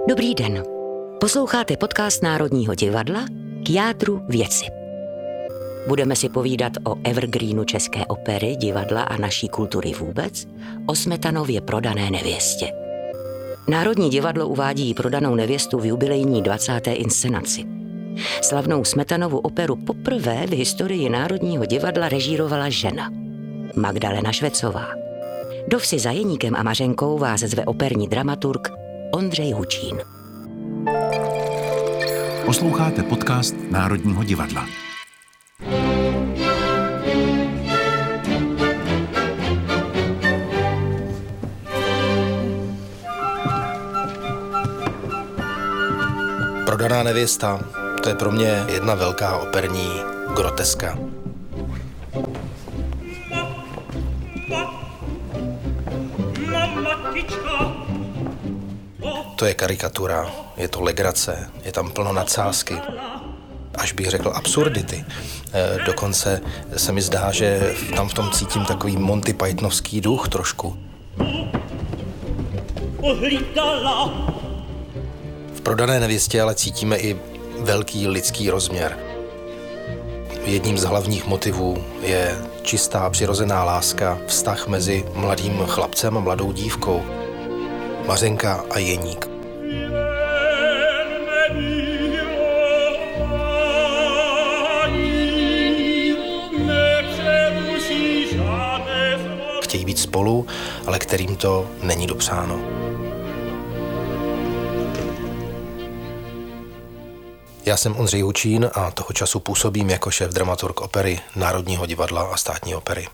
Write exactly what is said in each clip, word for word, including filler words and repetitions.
Dobrý den. Posloucháte podcast Národního divadla K jádru věci. Budeme si povídat o evergreenu české opery, divadla a naší kultury vůbec, o Smetanově Prodané nevěstě. Národní divadlo uvádí Prodanou nevěstu v jubilejní dvacáté inscenaci. Slavnou Smetanovu operu poprvé v historii Národního divadla režírovala žena, Magdalena Švecová. Do vsi za Jeníkem a Mařenkou vás zve operní dramaturg Ondřej Hučín. Posloucháte podcast Národního divadla. Prodaná nevěsta, to je pro mě jedna velká operní groteska. To je karikatura, je to legrace, je tam plno nadsázky, až bych řekl absurdity. E, dokonce se mi zdá, že tam v tom cítím takový Monty Pythonovský duch trošku. V Prodané nevěstě ale cítíme i velký lidský rozměr. Jedním z hlavních motivů je čistá přirozená láska, vztah mezi mladým chlapcem a mladou dívkou. Mařenka a Jeník. Chtějí být spolu, ale kterým to není dopřáno. Já jsem Ondřej Hučín a toho času působím jako šéf dramaturg opery Národního divadla a Státní opery.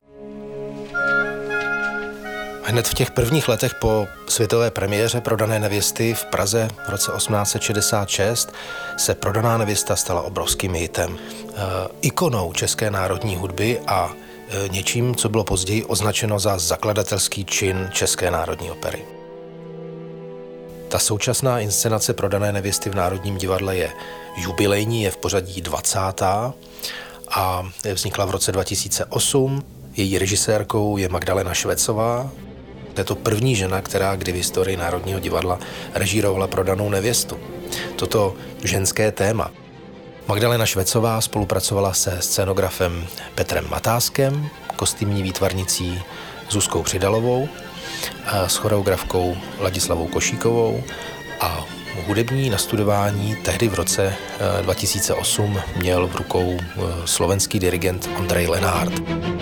Hned v těch prvních letech po světové premiéře Prodané nevěsty v Praze v roce osmnáct set šedesát šest se Prodaná nevěsta stala obrovským hitem. E, ikonou české národní hudby a e, něčím, co bylo později označeno za zakladatelský čin České národní opery. Ta současná inscenace Prodané nevěsty v Národním divadle je jubilejní, je v pořadí dvacátá a vznikla v roce dva tisíce osm. Její režisérkou je Magdalena Švecová. To je to první žena, která kdy v historii Národního divadla režírovala Prodanou nevěstu. Toto ženské téma. Magdalena Švecová spolupracovala se scénografem Petrem Matáskem, kostýmní výtvarnicí Zuzkou Přidalovou, a s choreografkou Ladislavou Košíkovou a hudební nastudování tehdy v roce dva tisíce osm měl v rukou slovenský dirigent Ondrej Lenárd.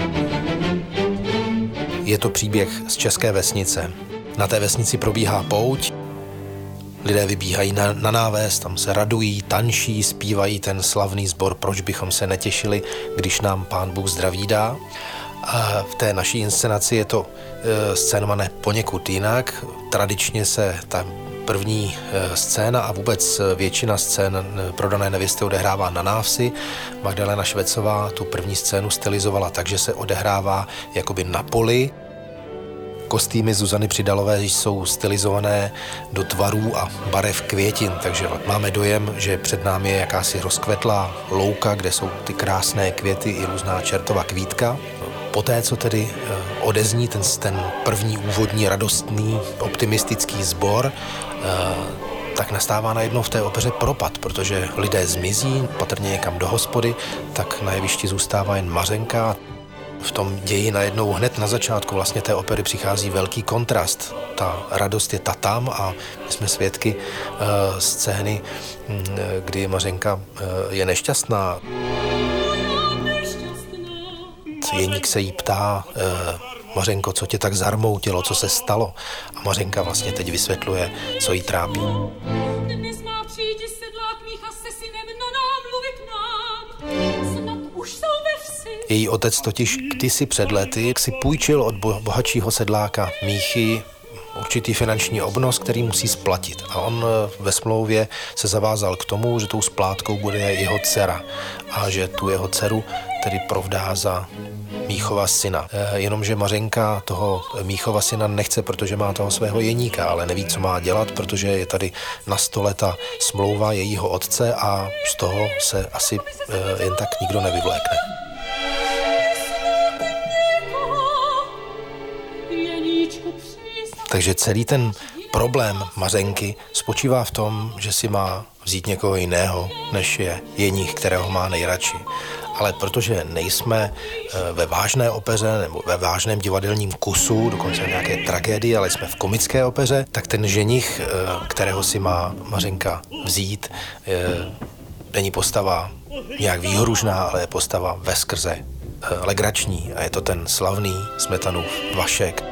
Je to příběh z české vesnice. Na té vesnici probíhá pouť, lidé vybíhají na, na náves, tam se radují, tančí, zpívají ten slavný sbor Proč bychom se netěšili, když nám Pán Bůh zdraví dá. A v té naší inscenaci je to e, scénované poněkud jinak. Tradičně se ta první e, scéna a vůbec většina scén Prodané nevěsty odehrává na návsi. Magdalena Švecová tu první scénu stylizovala tak, že se odehrává jakoby na poli. Kostýmy Zuzany Přidalové jsou stylizované do tvarů a barev květin, takže máme dojem, že před námi je jakási rozkvetlá louka, kde jsou ty krásné květy i různá čertová kvítka. Poté, co tedy odezní ten, ten první úvodní radostný optimistický sbor, tak nastává najednou v té opeře propad, protože lidé zmizí, patrně někam do hospody, tak na jevišti zůstává jen Mařenka. V tom ději najednou hned na začátku vlastně té opery přichází velký kontrast. Ta radost je ta tam a my jsme svědky uh, scény, uh, kdy Mařenka uh, je nešťastná. Jeník se jí ptá, uh, Mařenko, co tě tak zarmoutilo, co se stalo? A Mařenka vlastně teď vysvětluje, co jí trápí. Dnes má přijít sedlák mých a se synem na námluvy k nám. Snad už jsou ve vsi. Její otec totiž kdysi před lety si půjčil od bohatšího sedláka Míchy určitý finanční obnos, který musí splatit. A on ve smlouvě se zavázal k tomu, že tou splátkou bude jeho dcera a že tu jeho dceru tedy provdá za Míchova syna. E, jenomže Mařenka toho Míchova syna nechce, protože má toho svého Jeníka, ale neví, co má dělat, protože je tady na stole ta smlouva jejího otce a z toho se asi e, jen tak nikdo nevyvlékne. Takže celý ten problém Mařenky spočívá v tom, že si má vzít někoho jiného, než je Jeník, kterého má nejradši. Ale protože nejsme ve vážné opeře nebo ve vážném divadelním kusu, dokonce nějaké tragédii, ale jsme v komické opeře, tak ten ženich, kterého si má Mařenka vzít, není postava nějak výhružná, ale je postava veskrze legrační a je to ten slavný Smetanův Vašek.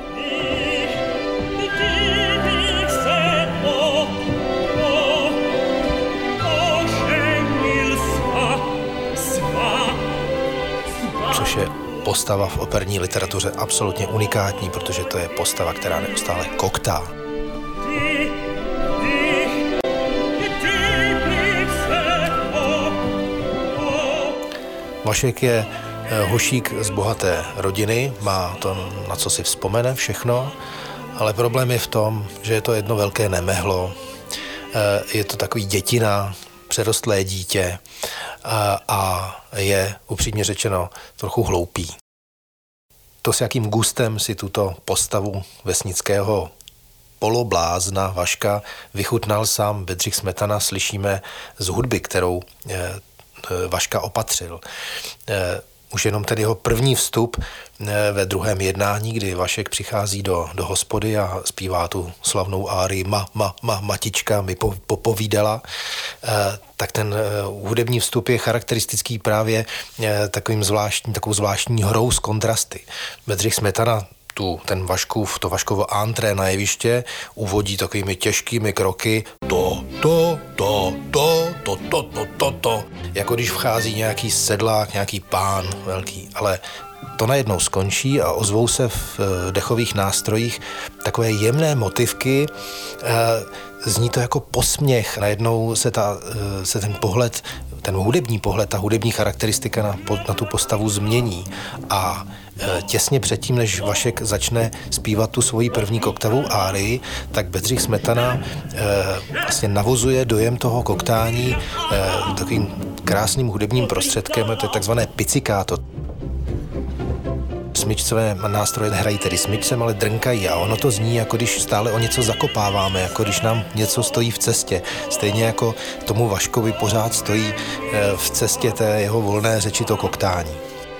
Což je postava v operní literatuře absolutně unikátní, protože to je postava, která neustále koktá. Vašek je hošík z bohaté rodiny, má to, na co si vzpomene všechno, ale problém je v tom, že je to jedno velké nemehlo, je to takový dětina, přerostlé dítě a, a je upřímně řečeno trochu hloupý. To, s jakým gustem si tuto postavu vesnického poloblázna Vaška vychutnal sám Bedřich Smetana, slyšíme z hudby, kterou eh, Vaška opatřil. Eh, Už jenom tedy jeho první vstup ve druhém jednání, kdy Vašek přichází do, do hospody a zpívá tu slavnou árii Ma, ma, ma, matička mi po, popovídala, eh, tak ten eh, hudební vstup je charakteristický právě eh, takovým zvláštní, takovou zvláštní hrou s kontrasty. Bedřich Smetana tu, ten Vaškův, to Vaškovo entré na jeviště uvodí takovými těžkými kroky to, to, to, to, to, to, to, to, to, jako když vchází nějaký sedlák, nějaký pán velký, ale to najednou skončí a ozvou se v dechových nástrojích takové jemné motivky, zní to jako posměch, najednou se, ta, se ten pohled, ten hudební pohled, ta hudební charakteristika na, na tu postavu změní a těsně předtím, než Vašek začne zpívat tu svoji první koktavou árii, tak Bedřich Smetana vlastně navozuje dojem toho koktání takovým krásným hudebním prostředkem, to je takzvané pizzicato. Smyčcové nástroje hrají tedy smyčcem, ale drnkají a ono to zní, jako když stále o něco zakopáváme, jako když nám něco stojí v cestě. Stejně jako tomu Vaškovi pořád stojí v cestě té jeho volné řeči to koktání.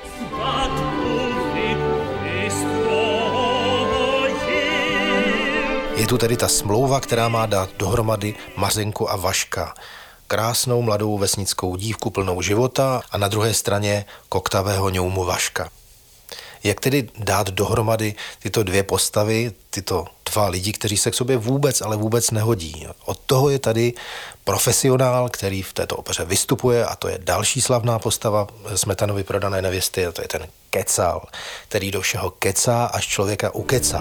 Je tu tedy ta smlouva, která má dát dohromady Mařenku a Vaška. Krásnou mladou vesnickou dívku plnou života a na druhé straně koktavého ňoumu Vaška. Jak tedy dát dohromady tyto dvě postavy, tyto dva lidi, kteří se k sobě vůbec, ale vůbec nehodí. Od toho je tady profesionál, který v této opeře vystupuje a to je další slavná postava Smetanovy Prodané nevěsty a to je ten Kecal, který do všeho kecá, až člověka ukecá.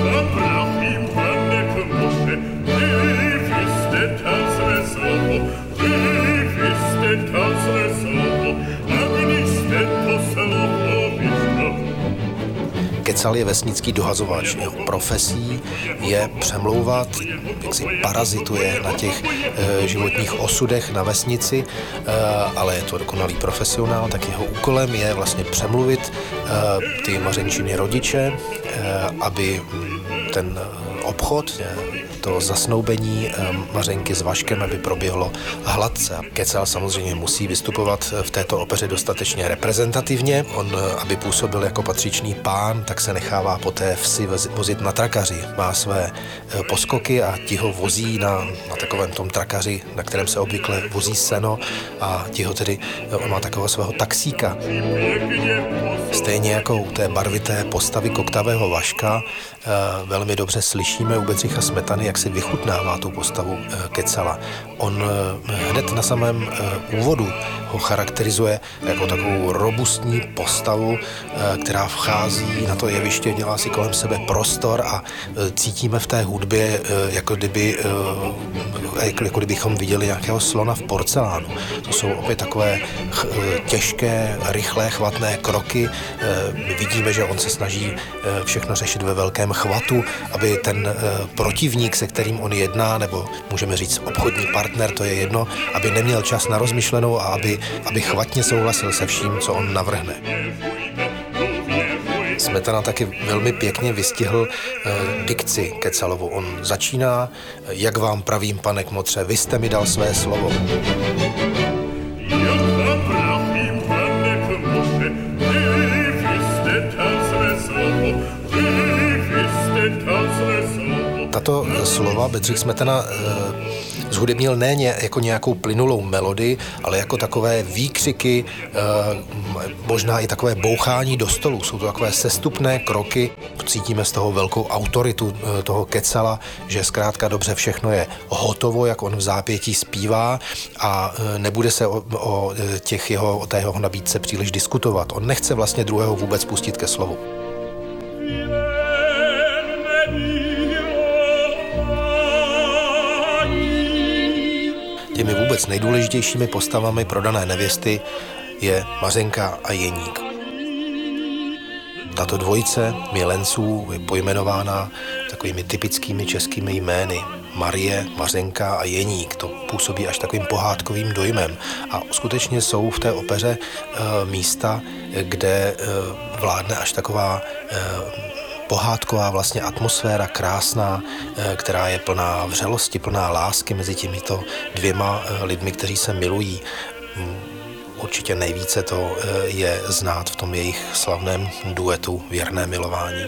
Kecal je vesnický dohazovač. Jeho profesí je přemlouvat, jak si parazituje na těch e, životních osudech na vesnici, e, ale je to dokonalý profesionál, tak jeho úkolem je vlastně přemluvit e, ty Mařenčiny rodiče, e, aby ten obchod, to zasnoubení Mařenky s Vaškem, aby proběhlo hladce. Kecal samozřejmě musí vystupovat v této opeře dostatečně reprezentativně. On, aby působil jako patřičný pán, tak se nechává po té vsi vozit na trakaři. Má své poskoky a ti ho vozí na, na takovém tom trakaři, na kterém se obvykle vozí seno a ti ho tedy, on má takového svého taxíka. Stejně jako u té barvité postavy koktavého Vaška velmi dobře slyšíme u Bedřicha Smetany, jak si vychutnává tu postavu Kecala. On hned na samém úvodu ho charakterizuje jako takovou robustní postavu, která vchází na to jeviště, dělá si kolem sebe prostor a cítíme v té hudbě, jako kdyby, jako kdybychom viděli nějakého slona v porcelánu. To jsou opět takové těžké, rychlé, chvatné kroky. My vidíme, že on se snaží všechno řešit ve velkém chvatu, aby ten protivník, se kterým on jedná, nebo můžeme říct obchodní partner, to je jedno, aby neměl čas na rozmyšlenou a aby, aby chvatně souhlasil se vším, co on navrhne. Smetana taky velmi pěkně vystihl eh, dikci Kecalovu. On začíná, jak vám pravím, pane kmotře, vy jste mi dal své slovo. Jak vám pravím, pane kmotře, vy jste dal své slovo, vy jste dal své slovo. Tato slova Bedřich Smetana eh, zhudebnil ne ně, jako nějakou plynulou melodii, ale jako takové výkřiky, e, možná i takové bouchání do stolu. Jsou to takové sestupné kroky. Cítíme z toho velkou autoritu e, toho Kecala, že zkrátka dobře všechno je hotovo, jak on v zápětí zpívá a e, nebude se o, o, těch jeho, o té jeho nabídce příliš diskutovat. On nechce vlastně druhého vůbec pustit ke slovu. Těmi vůbec nejdůležitějšími postavami prodané nevěsty je Mařenka a Jeník. Tato dvojice milenců je pojmenována takovými typickými českými jmény. Marie, Mařenka a Jeník. To působí až takovým pohádkovým dojmem. A skutečně jsou v té opeře e, místa, kde e, vládne až taková e, pohádková vlastně atmosféra, krásná, která je plná vřelosti, plná lásky mezi těmito dvěma lidmi, kteří se milují. Určitě nejvíce to je znát v tom jejich slavném duetu Věrné milování.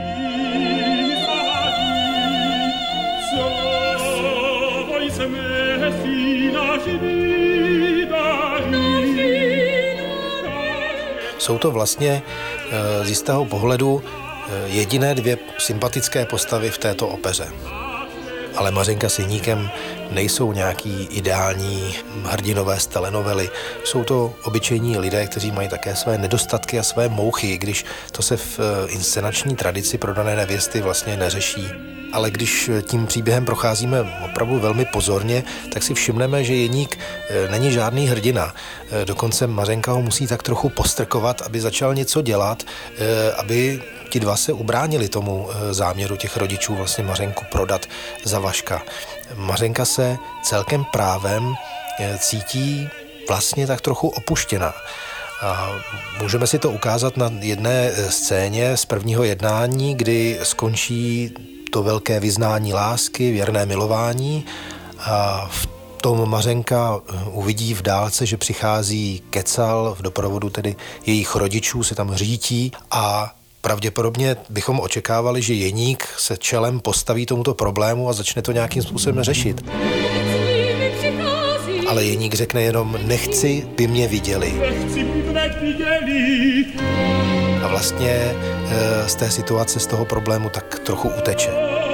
Jsou to vlastně z jistého pohledu jediné dvě sympatické postavy v této opeře. Ale Mařenka s Jeníkem nejsou nějaký ideální hrdinové z telenovely. Jsou to obyčejní lidé, kteří mají také své nedostatky a své mouchy, když to se v inscenační tradici prodané nevěsty vlastně neřeší. Ale když tím příběhem procházíme opravdu velmi pozorně, tak si všimneme, že Jeník není žádný hrdina. Dokonce Mařenka ho musí tak trochu postrkovat, aby začal něco dělat, aby ti dva se ubránili tomu záměru těch rodičů vlastně Mařenku prodat za Vaška. Mařenka se celkem právem cítí vlastně tak trochu opuštěná. A můžeme si to ukázat na jedné scéně z prvního jednání, kdy skončí to velké vyznání lásky, věrné milování a v tom Mařenka uvidí v dálce, že přichází Kecal v doprovodu tedy jejich rodičů, se tam řítí a pravděpodobně bychom očekávali, že Jeník se čelem postaví tomuto problému a začne to nějakým způsobem řešit. Ale Jeník řekne jenom, nechci, by mě viděli. A vlastně z té situace, z toho problému tak trochu uteče.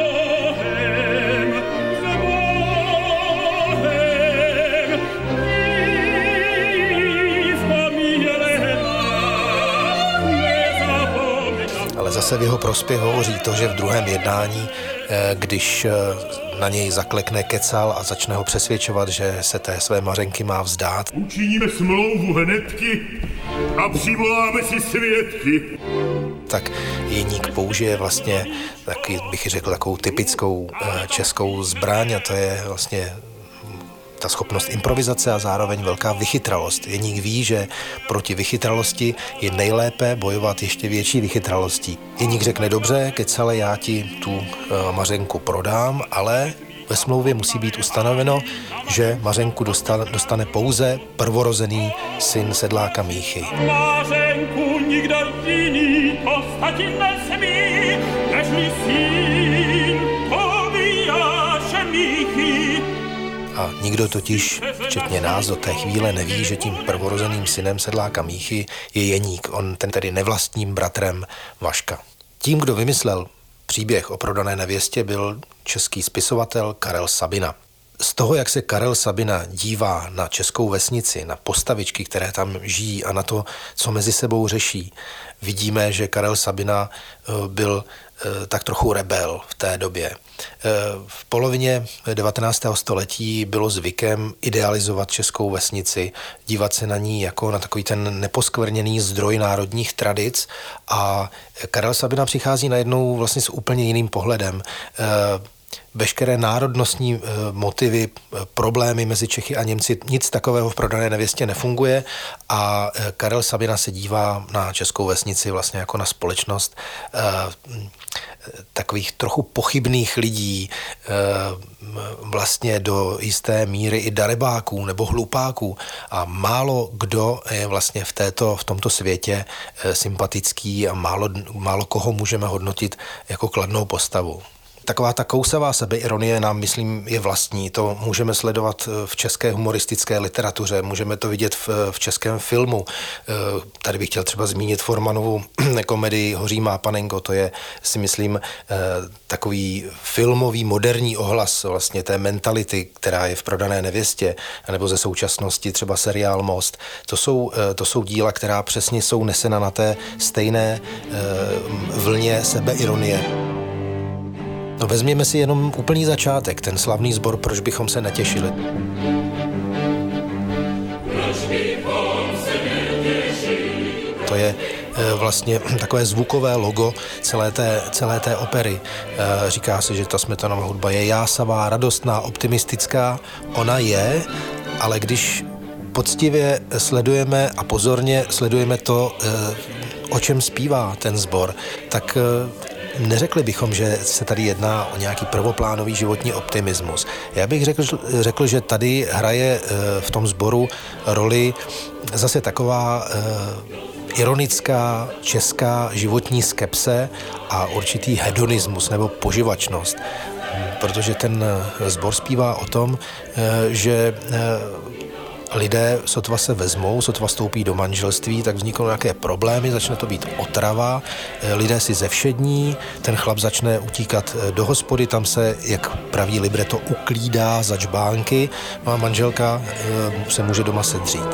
Ale zase v jeho prospěch hovoří to, že v druhém jednání, když na něj zaklekne Kecal a začne ho přesvědčovat, že se té své Mařenky má vzdát. Učiníme smlouvu hnedky a přivoláme si svědky. Tak Jeník použije vlastně, taky bych řekl, takovou typickou českou zbraň a to je vlastně ta schopnost improvizace a zároveň velká vychytralost. Jeník ví, že proti vychytralosti je nejlépe bojovat ještě větší vychytralostí. Jeník řekne, dobře, Kecale, já ti tu uh, Mařenku prodám, ale ve smlouvě musí být ustanoveno, že Mařenku dostane, dostane pouze prvorozený syn sedláka Míchy. Mařenku nikdo jiný postati nesmí, nežli syn Tobiáše Míchy. A nikdo totiž, včetně nás, do té chvíle neví, že tím prvorozeným synem sedláka Míchy je Jeník, on ten tedy nevlastním bratrem Vaška. Tím, kdo vymyslel příběh o prodané nevěstě, byl český spisovatel Karel Sabina. Z toho, jak se Karel Sabina dívá na českou vesnici, na postavičky, které tam žijí a na to, co mezi sebou řeší, vidíme, že Karel Sabina byl tak trochu rebel v té době. V polovině devatenáctého století bylo zvykem idealizovat českou vesnici, dívat se na ní jako na takový ten neposkvrněný zdroj národních tradic a Karel Sabina přichází najednou vlastně s úplně jiným pohledem. veškeré národnostní motivy, problémy mezi Čechy a Němci, nic takového v Prodané nevěstě nefunguje a Karel Sabina se dívá na českou vesnici vlastně jako na společnost takových trochu pochybných lidí, vlastně do jisté míry i darebáků nebo hlupáků a málo kdo je vlastně v, této, v tomto světě sympatický a málo, málo koho můžeme hodnotit jako kladnou postavu. Taková ta kousavá sebeironie nám, myslím, je vlastní. To můžeme sledovat v české humoristické literatuře, můžeme to vidět v, v českém filmu. Tady bych chtěl třeba zmínit Formanovu komedii Hoří má panenko. To je, si myslím, takový filmový moderní ohlas vlastně té mentality, která je v Prodané nevěstě, nebo ze současnosti třeba seriál Most. To jsou, to jsou díla, která přesně jsou nesena na té stejné vlně sebeironie. No vezměme si jenom úplný začátek, ten slavný sbor Proč bychom se netěšili. To je e, vlastně takové zvukové logo celé té, celé té opery. E, říká se, že ta Smetanova hudba je jásavá, radostná, optimistická. Ona je, ale když poctivě sledujeme a pozorně sledujeme to, e, o čem zpívá ten sbor, tak e, neřekli bychom, že se tady jedná o nějaký prvoplánový životní optimismus. Já bych řekl, řekl, že tady hraje v tom sboru roli zase taková ironická česká životní skepse a určitý hedonismus nebo poživačnost. Protože ten sbor zpívá o tom, že lidé sotva se vezmou, sotva stoupí do manželství, tak vzniknou nějaké problémy, začne to být otrava, lidé si zevšední, ten chlap začne utíkat do hospody, tam se, jak praví libreto, uklídá za džbánky, no a manželka se může doma sedřít.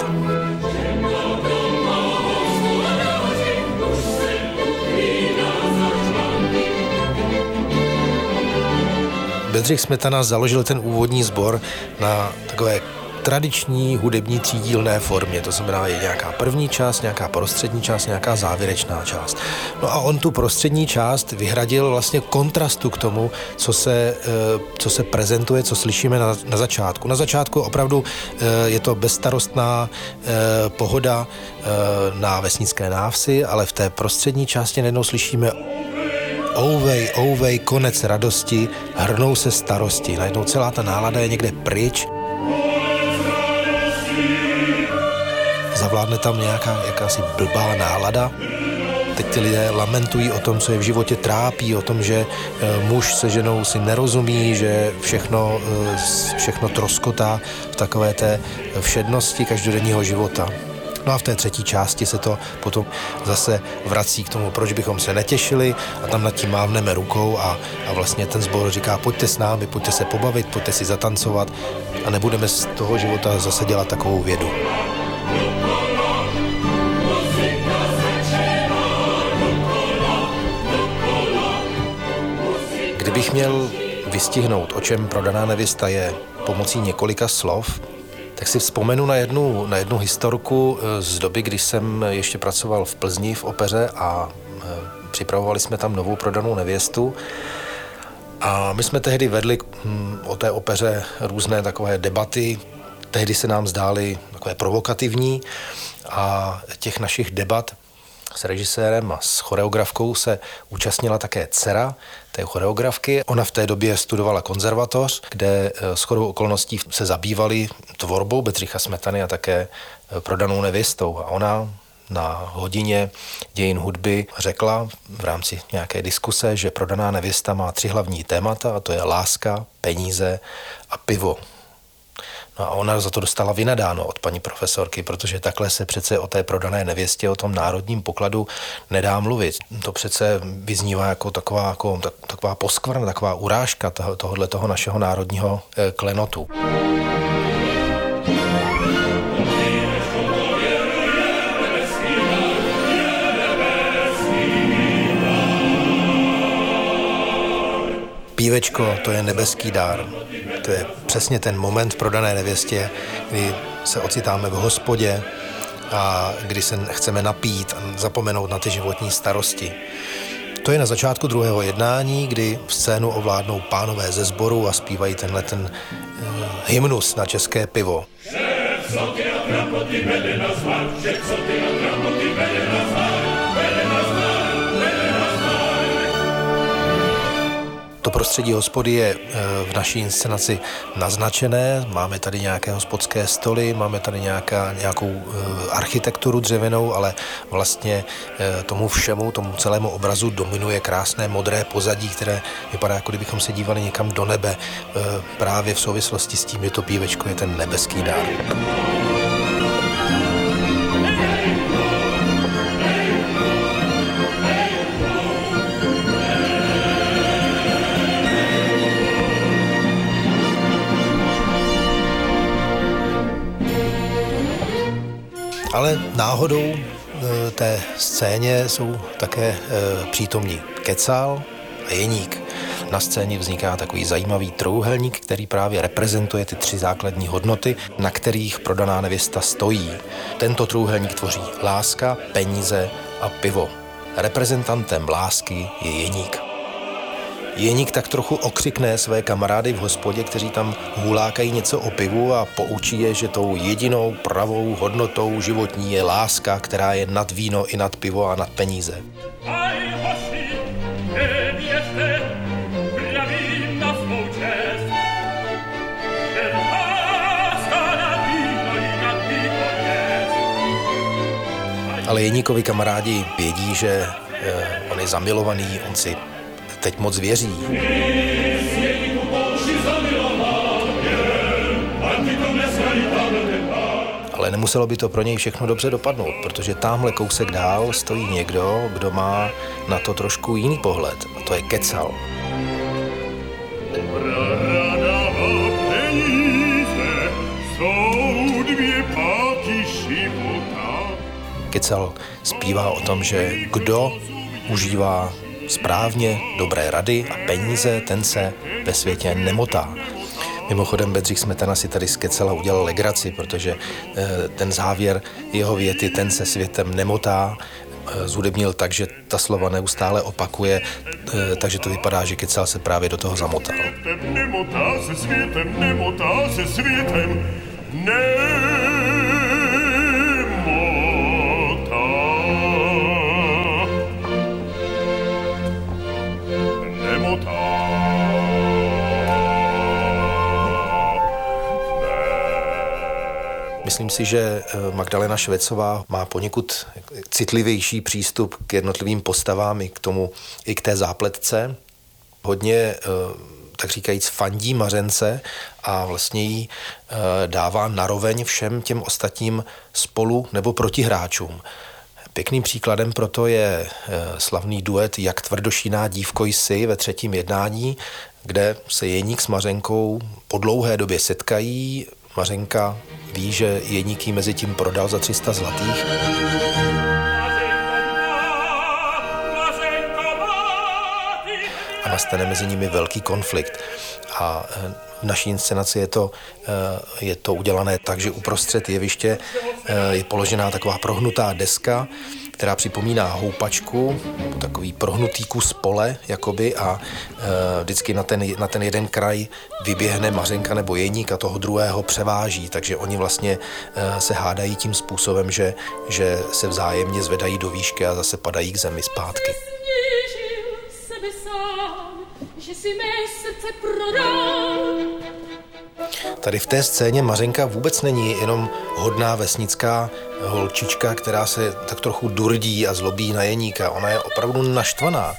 Bedřich Smetana založil ten úvodní sbor na takové tradiční hudební třídílné formě, to znamená je nějaká první část, nějaká prostřední část, nějaká závěrečná část. No a on tu prostřední část vyhradil vlastně kontrastu k tomu, co se, co se prezentuje, co slyšíme na, na začátku. Na začátku opravdu je to bezstarostná pohoda na vesnické návsi, ale v té prostřední části najednou slyšíme ouvej, ouvej, konec radosti, hrnou se starosti. Najednou celá ta nálada je někde pryč. Zavládne tam nějaká jakási blbá nálada. Teď ty lidé lamentují o tom, co je v životě trápí, o tom, že muž se ženou si nerozumí, že všechno, všechno troskotá v takové té všednosti každodenního života. No a v té třetí části se to potom zase vrací k tomu, proč bychom se netěšili a tam nad tím mávneme rukou a, a vlastně ten sbor říká, pojďte s námi, pojďte se pobavit, pojďte si zatancovat a nebudeme z toho života zase dělat takovou vědu. Kdybych měl vystihnout, o čem Prodaná nevěsta je pomocí několika slov, tak si vzpomenu na jednu, na jednu historku z doby, když jsem ještě pracoval v Plzni v opeře a připravovali jsme tam novou Prodanou nevěstu. A my jsme tehdy vedli hm, o té opeře různé takové debaty, tehdy se nám zdály takové provokativní a těch našich debat s režisérem a s choreografkou se účastnila také dcera té choreografky. Ona v té době studovala konzervatoř, kde shodou okolností se zabývali tvorbou Bedřicha Smetany a také Prodanou nevěstou. A ona na hodině dějin hudby řekla v rámci nějaké diskuse, že Prodaná nevěsta má tři hlavní témata, a to je láska, peníze a pivo. No a ona za to dostala vynadáno od paní profesorky, protože takhle se přece o té Prodané nevěstě, o tom národním pokladu nedá mluvit. To přece vyznívá jako taková, jako, taková poskvrna, taková urážka toho, tohohle toho našeho národního eh, klenotu. Pívečko, to je nebeský dár. To je přesně ten moment v Prodané nevěstě, kdy se ocitáme v hospodě a kdy se chceme napít a zapomenout na ty životní starosti. To je na začátku druhého jednání, kdy scénu ovládnou pánové ze sboru a zpívají tenhle ten uh, hymnus na české pivo. To prostředí hospody je v naší inscenaci naznačené. Máme tady nějaké hospodské stoly, máme tady nějaká, nějakou architekturu dřevěnou, ale vlastně tomu všemu, tomu celému obrazu dominuje krásné modré pozadí, které vypadá, jako kdybychom se dívali někam do nebe. Právě v souvislosti s tím, že to pívečko je ten nebeský dár. Ale náhodou té scéně jsou také přítomní kecal a jeník. Na scéně vzniká takový zajímavý trojúhelník, který právě reprezentuje ty tři základní hodnoty, na kterých prodaná nevěsta stojí. Tento trojúhelník tvoří láska, peníze a pivo. Reprezentantem lásky je jeník. Jeník tak trochu okřikne své kamarády v hospodě, kteří tam hulákají něco o pivu a poučí je, že tou jedinou pravou hodnotou životní je láska, která je nad víno i nad pivo a nad peníze. Ale Jeníkovi kamarádi vědí, že eh, on je zamilovaný, on si teď moc věří. Ale nemuselo by to pro něj všechno dobře dopadnout, protože tamhle kousek dál stojí někdo, kdo má na to trošku jiný pohled. A to je kecal. Kecal zpívá o tom, že kdo užívá správně dobré rady a peníze, ten se ve světě nemotá. Mimochodem Bedřich Smetana si tady z Kecala udělal legraci, protože ten závěr jeho věty, ten se světem nemotá, zhudebnil tak, že ta slova neustále opakuje, takže to vypadá, že Kecal se právě do toho zamotal. Nemotá se světem, nemotá se světem, ne. Myslím si, že Magdalena Švecová má poněkud citlivější přístup k jednotlivým postavám i k tomu, i k té zápletce. Hodně, tak říkajíc, fandí Mařence a vlastně jí dává naroveň všem těm ostatním spolu nebo protihráčům. Pěkným příkladem proto je slavný duet Jak tvrdošíná dívko jsi ve třetím jednání, kde se Jeník s Mařenkou po dlouhé době setkají. Mařenka ví, že Jeník jí mezi tím prodal za tři sta zlatých. A nastane mezi nimi velký konflikt. A v naší inscenaci je to, je to udělané tak, že uprostřed jeviště je položená taková prohnutá deska, která připomíná houpačku, takový prohnutý kus pole, jakoby, a e, vždycky na ten, na ten jeden kraj vyběhne Mařenka nebo Jeník a toho druhého převáží, takže oni vlastně e, se hádají tím způsobem, že, že se vzájemně zvedají do výšky a zase padají k zemi zpátky. Tady v té scéně Mařenka vůbec není jenom hodná vesnická holčička, která se tak trochu durdí a zlobí na Jeníka. Ona je opravdu naštvaná.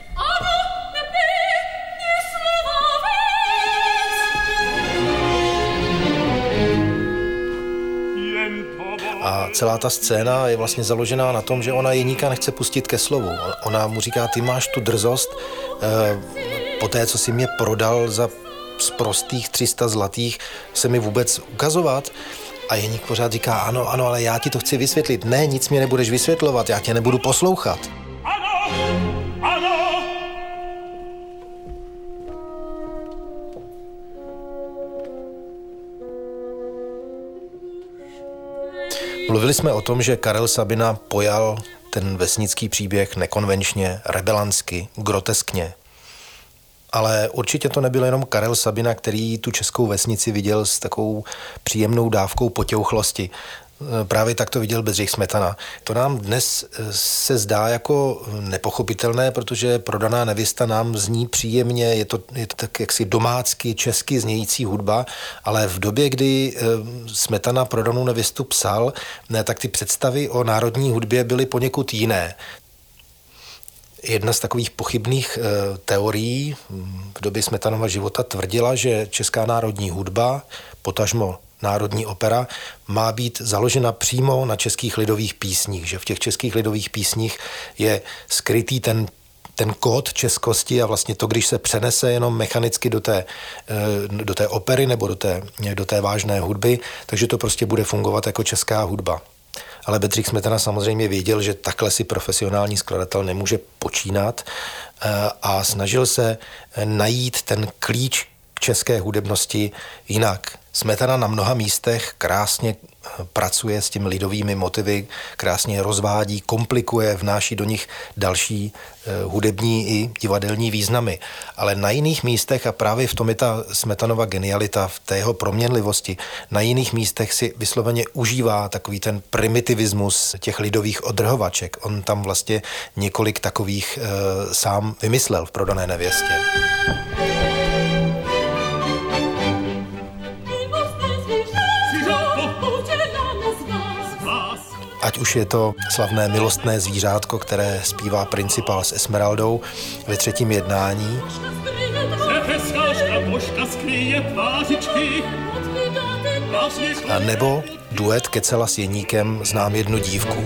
A celá ta scéna je vlastně založená na tom, že ona Jeníka nechce pustit ke slovu. Ona mu říká, ty máš tu drzost, eh, po té, co jsi mě prodal za z prostých tři sta zlatých, se mi vůbec ukazovat. A Jeník pořád říká, ano, ano, ale já ti to chci vysvětlit. Ne, nic mě nebudeš vysvětlovat, já tě nebudu poslouchat. Ano, ano. Mluvili jsme o tom, že Karel Sabina pojal ten vesnický příběh nekonvenčně, rebelantsky, groteskně. Ale určitě to nebyl jenom Karel Sabina, který tu českou vesnici viděl s takovou příjemnou dávkou potěuchlosti. Právě tak to viděl Bedřich Smetana. To nám dnes se zdá jako nepochopitelné, protože Prodaná nevěsta nám zní příjemně, je to, je to tak jaksi domácky, česky znějící hudba, ale v době, kdy Smetana Prodanou nevěstu psal, ne, tak ty představy o národní hudbě byly poněkud jiné. Jedna z takových pochybných e, teorií v době Smetanova života tvrdila, že česká národní hudba, potažmo národní opera, má být založena přímo na českých lidových písních, že v těch českých lidových písních je skrytý ten, ten kód českosti a vlastně to, když se přenese jenom mechanicky do té, do té opery nebo do té, do té vážné hudby, takže to prostě bude fungovat jako česká hudba. Ale Bedřich Smetana samozřejmě věděl, že takhle si profesionální skladatel nemůže počínat a snažil se najít ten klíč k české hudebnosti jinak. Smetana na mnoha místech krásně pracuje s těmi lidovými motivy, krásně rozvádí, komplikuje, vnáší do nich další hudební i divadelní významy. Ale na jiných místech, a právě v tom je ta Smetanova genialita, v té jeho proměnlivosti, na jiných místech si vysloveně užívá takový ten primitivismus těch lidových odrhovaček. On tam vlastně několik takových e, sám vymyslel v Prodané nevěstě. Ať už je to slavné milostné zvířátko, které zpívá principál s Esmeraldou ve třetím jednání, a nebo duet Kecela s Jeníkem Znám jednu dívku.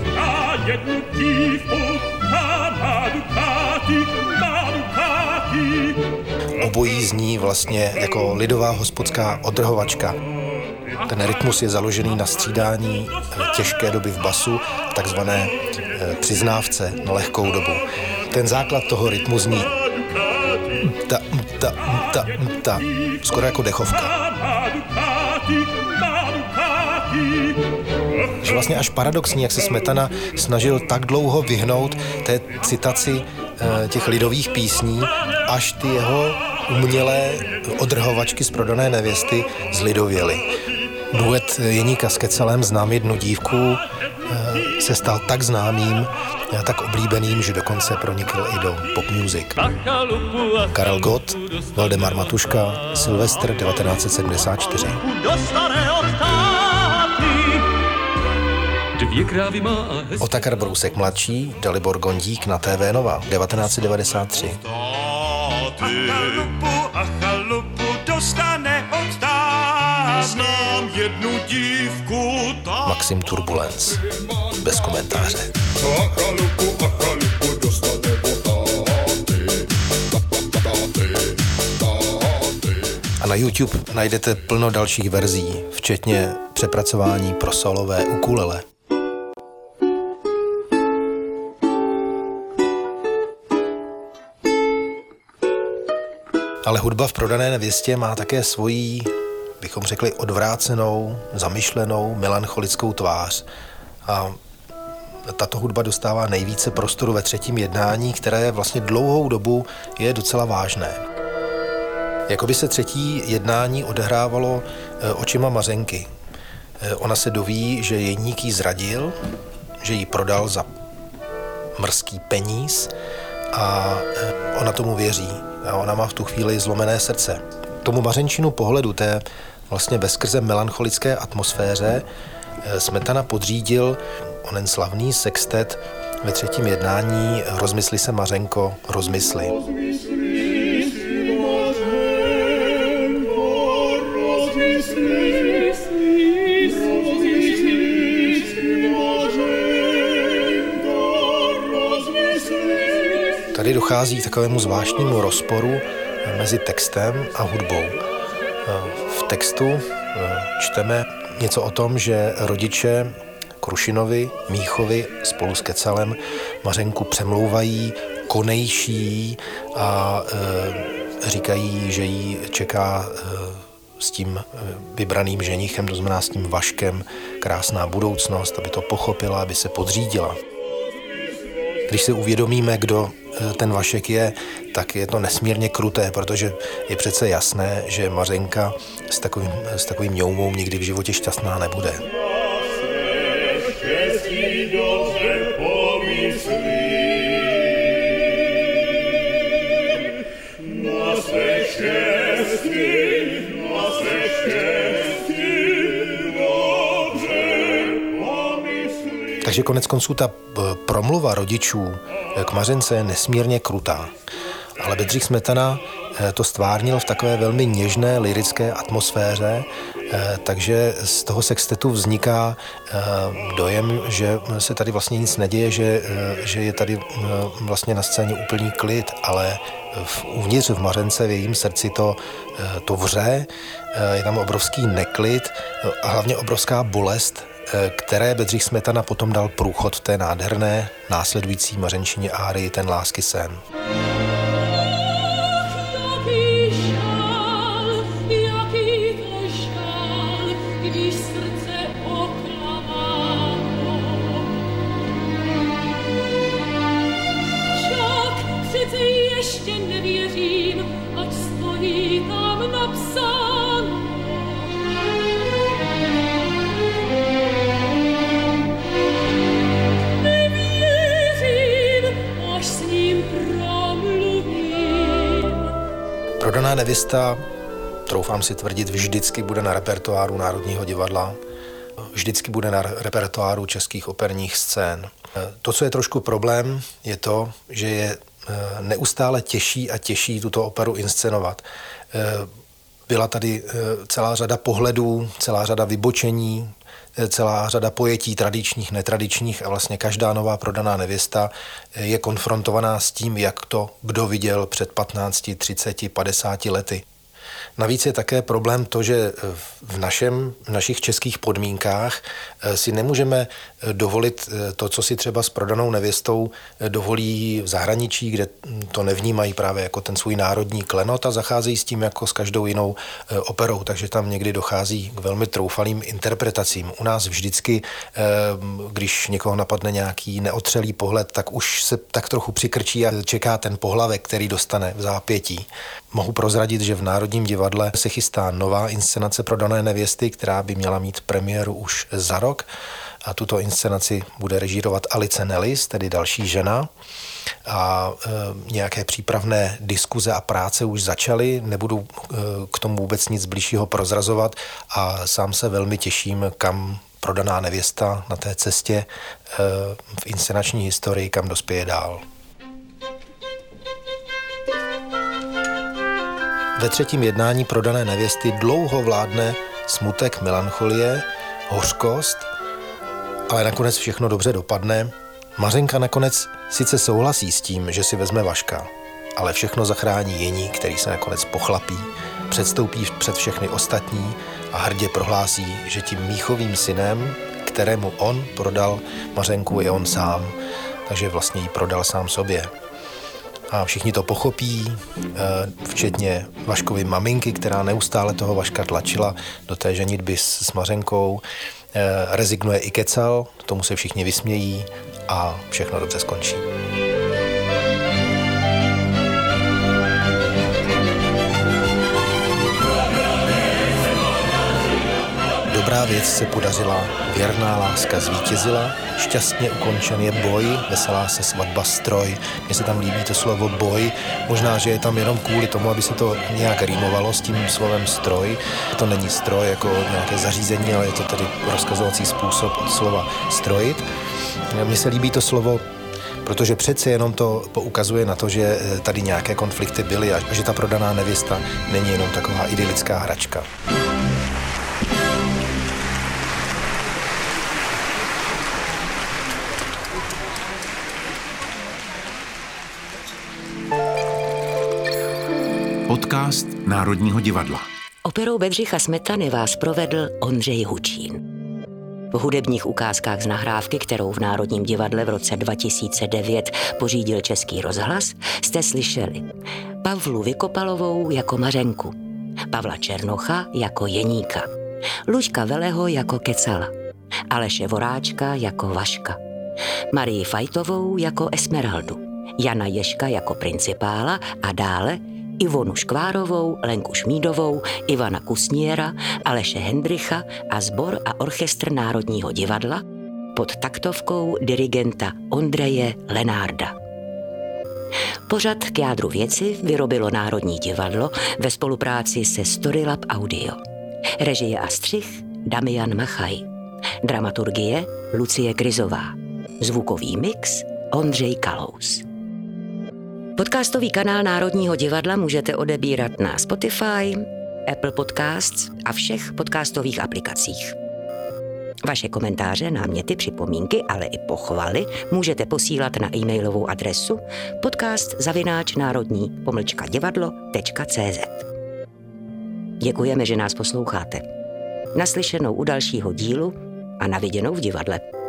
Obojí zní vlastně jako lidová hospodská odrhovačka. Ten rytmus je založený na střídání těžké doby v basu, takzvané přiznávce na lehkou dobu. Ten základ toho rytmu zní ta, ta, ta, ta, skoro jako dechovka. Že vlastně až paradoxní, jak se Smetana snažil tak dlouho vyhnout té citaci těch lidových písní, až ty jeho umělé odrhovačky z Prodané nevěsty zlidověly. Duet Jeníka s Kecelem Znám jednu dívku se stal tak známým, tak oblíbeným, že dokonce pronikl i do pop music. Karel Gott, Valdemar Matuška, Silvestr devatenáct set sedmdesát čtyři. Otakar Brousek mladší, Dalibor Gondík na T V Nova devatenáct set devadesát tři. A chalupu dostane od táty. Znám jednu dívku táty. Maxim Turbulence. Bez komentáře. A chalupu, a chalupu dostane od táty. A na YouTube najdete plno dalších verzí, včetně přepracování pro solové ukulele. Ale hudba v Prodané nevěstě má také svoji, bychom řekli, odvrácenou, zamyšlenou, melancholickou tvář. A tato hudba dostává nejvíce prostoru ve třetím jednání, které vlastně dlouhou dobu je docela vážné. Jakoby se třetí jednání odehrávalo očima Mařenky. Ona se doví, že Jeník jí zradil, že ji prodal za mrzký peníz a ona tomu věří. A ona má v tu chvíli zlomené srdce. Tomu Mařenčinu pohledu, té vlastně bezkrze melancholické atmosféře, Smetana podřídil onen slavný sextet ve třetím jednání Rozmysli se, Mařenko, rozmysli. Tady dochází k takovému zvláštnímu rozporu mezi textem a hudbou. V textu čteme něco o tom, že rodiče Krušinovi, Míchovi spolu s Kecelem Mařenku přemlouvají, konejší a e, říkají, že jí čeká e, s tím vybraným ženichem, to znamená s tím Vaškem, krásná budoucnost, aby to pochopila, aby se podřídila. Když si uvědomíme, kdo ten Vašek je, tak je to nesmírně kruté, protože je přece jasné, že Mařenka s takovým, s takovým ňoumou nikdy v životě šťastná nebude. Takže konec konců ta promluva rodičů k Mařence je nesmírně krutá. Ale Bedřich Smetana to stvárnil v takové velmi něžné lyrické atmosféře, takže z toho sextetu vzniká dojem, že se tady vlastně nic neděje, že, že je tady vlastně na scéně úplný klid, ale uvnitř v Mařence, v jejím srdci to, to vře, je tam obrovský neklid a hlavně obrovská bolest, které Bedřich Smetana potom dal průchod v té nádherné následující mařenčině árii Ten lásky sen. Prodaná nevěsta, troufám si tvrdit, vždycky bude na repertoáru Národního divadla, vždycky bude na repertoáru českých operních scén. To, co je trošku problém, je to, že je neustále těžší a těžší tuto operu inscenovat. Byla tady celá řada pohledů, celá řada vybočení, celá řada pojetí tradičních, netradičních a vlastně každá nová Prodaná nevěsta je konfrontovaná s tím, jak to kdo viděl před patnácti, třiceti, padesáti lety. Navíc je také problém to, že v, našem, v našich českých podmínkách si nemůžeme dovolit to, co si třeba s Prodanou nevěstou dovolí v zahraničí, kde to nevnímají právě jako ten svůj národní klenot a zacházejí s tím jako s každou jinou operou, takže tam někdy dochází k velmi troufalým interpretacím. U nás vždycky, když někoho napadne nějaký neotřelý pohled, tak už se tak trochu přikrčí a čeká ten pohlavek, který dostane v zápětí. Mohu prozradit, že v Národním divadle se chystá nová inscenace Prodané nevěsty, která by měla mít premiéru už za rok. A tuto inscenaci bude režírovat Alice Nellis, tedy další žena. A e, nějaké přípravné diskuze a práce už začaly, nebudu e, k tomu vůbec nic bližšího prozrazovat a sám se velmi těším, kam Prodaná nevěsta na té cestě e, v inscenační historii, kam dospěje dál. Ve třetím jednání Prodané nevěsty dlouho vládne smutek, melancholie, hořkost, ale nakonec všechno dobře dopadne. Mařenka nakonec sice souhlasí s tím, že si vezme Vaška, ale všechno zachrání jiný, který se nakonec pochlapí, předstoupí před všechny ostatní a hrdě prohlásí, že tím míchovým synem, kterému on prodal Mařenku, je on sám, takže vlastně ji prodal sám sobě. A všichni to pochopí, včetně Vaškovy maminky, která neustále toho Vaška tlačila do té ženitby s Mařenkou. Rezignuje i Kecal, tomu se všichni vysmějí a všechno dobře skončí. Dobrá věc se podařila, věrná láska zvítězila, šťastně ukončen je boj, veselá se svatba stroj. Mně se tam líbí to slovo boj, možná, že je tam jenom kvůli tomu, aby se to nějak rýmovalo s tím slovem stroj. To není stroj jako nějaké zařízení, ale je to tedy rozkazovací způsob od slova strojit. Mně se líbí to slovo, protože přece jenom to poukazuje na to, že tady nějaké konflikty byly a že ta Prodaná nevěsta není jenom taková idylická hračka. Podcast Národního divadla. Operou Bedřicha Smetany vás provedl Ondřej Hučín. V hudebních ukázkách z nahrávky, kterou v Národním divadle v roce dva tisíce devět pořídil Český rozhlas, jste slyšeli Pavlu Vykopalovou jako Mařenku, Pavla Černocha jako Jeníka, Luďka Veleho jako Kecala, Aleše Voráčka jako Vaška, Marii Fajtovou jako Esmeraldu, Jana Ježka jako principála a dále Ivonu Škvárovou, Lenku Šmídovou, Ivana Kusniera, Aleše Hendricha a sbor a orchestr Národního divadla pod taktovkou dirigenta Ondreje Lenárda. Pořad K jádru věci vyrobilo Národní divadlo ve spolupráci se Storylab Audio. Režie a střih Damian Machaj. Dramaturgie Lucie Kryzová. Zvukový mix Ondřej Kalous. Podcastový kanál Národního divadla můžete odebírat na Spotify, Apple Podcasts a všech podcastových aplikacích. Vaše komentáře, náměty, připomínky, ale i pochvaly můžete posílat na e-mailovou adresu podcast zavináč národní pomlčka divadlo tečka cé zet. Děkujeme, že nás posloucháte. Naslyšenou u dalšího dílu a na viděnou v divadle.